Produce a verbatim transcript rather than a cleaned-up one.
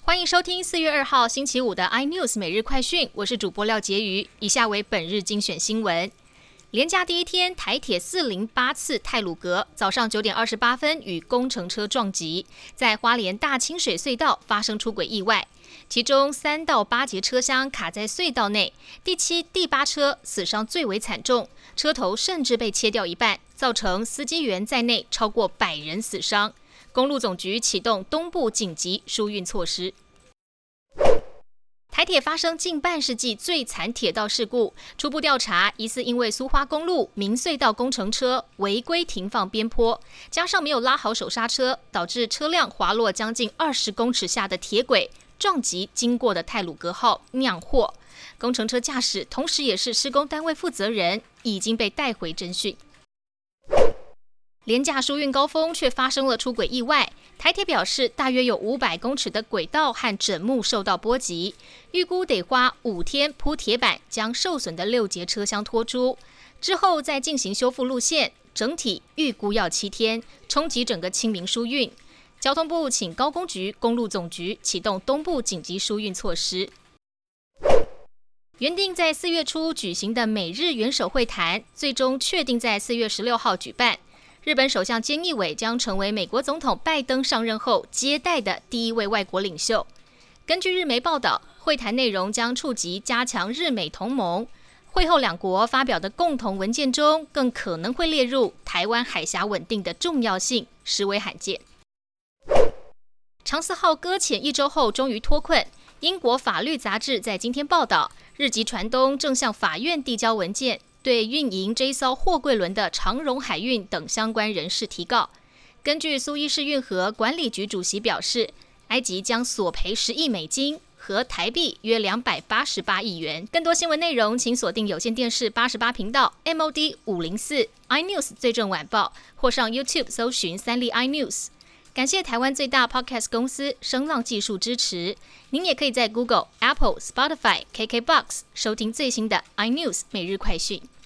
欢迎收听四月二号星期五的 iNews 每日快讯，我是主播廖洁瑜。以下为本日精选新闻。连假第一天，台铁四零八次太鲁阁早上九点二十八分与工程车撞击，在花莲大清水隧道发生出轨意外，其中三到八节车厢卡在隧道内，第七、第八车死伤最为惨重，车头甚至被切掉一半，造成司机员在内超过百人死伤。公路总局启动东部紧急疏运措施。台铁发生近半世纪最惨铁道事故，初步调查疑似因为苏花公路明隧道工程车违规停放边坡，加上没有拉好手刹车，导致车辆滑落将近二十公尺下的铁轨，撞击经过的太鲁阁号，酿祸。工程车驾驶同时也是施工单位负责人，已经被带回侦讯。连假疏运高峰却发生了出轨意外，台铁表示大约有五百公尺的轨道和枕木受到波及，预估得花五天铺铁板将受损的六节车厢拖出，之后再进行修复路线，整体预估要七天，冲击整个清明疏运。交通部请高工局、公路总局启动东部紧急疏运措施。原定在四月初举行的美日元首会谈，最终确定在四月十六号举办。日本首相菅义伟将成为美国总统拜登上任后接待的第一位外国领袖。根据日媒报道，会谈内容将触及加强日美同盟。会后两国发表的共同文件中，更可能会列入台湾海峡稳定的重要性，实为罕见。长四号搁浅一周后终于脱困。英国法律杂志在今天报道，日籍船东正向法院递交文件，对运营这艘货柜轮的长荣海运等相关人士提告。根据苏伊士运河管理局主席表示，埃及将索赔十亿美金，和台币约两百八十八亿元。更多新闻内容，请锁定有线电视八十八频道 M O D 五零四 iNews 最正晚报，或上 YouTube 搜寻三立 iNews。感谢台湾最大 Podcast 公司声浪技术支持。您也可以在 Google、Apple、Spotify、K K B O X 收听最新的 iNews 每日快讯。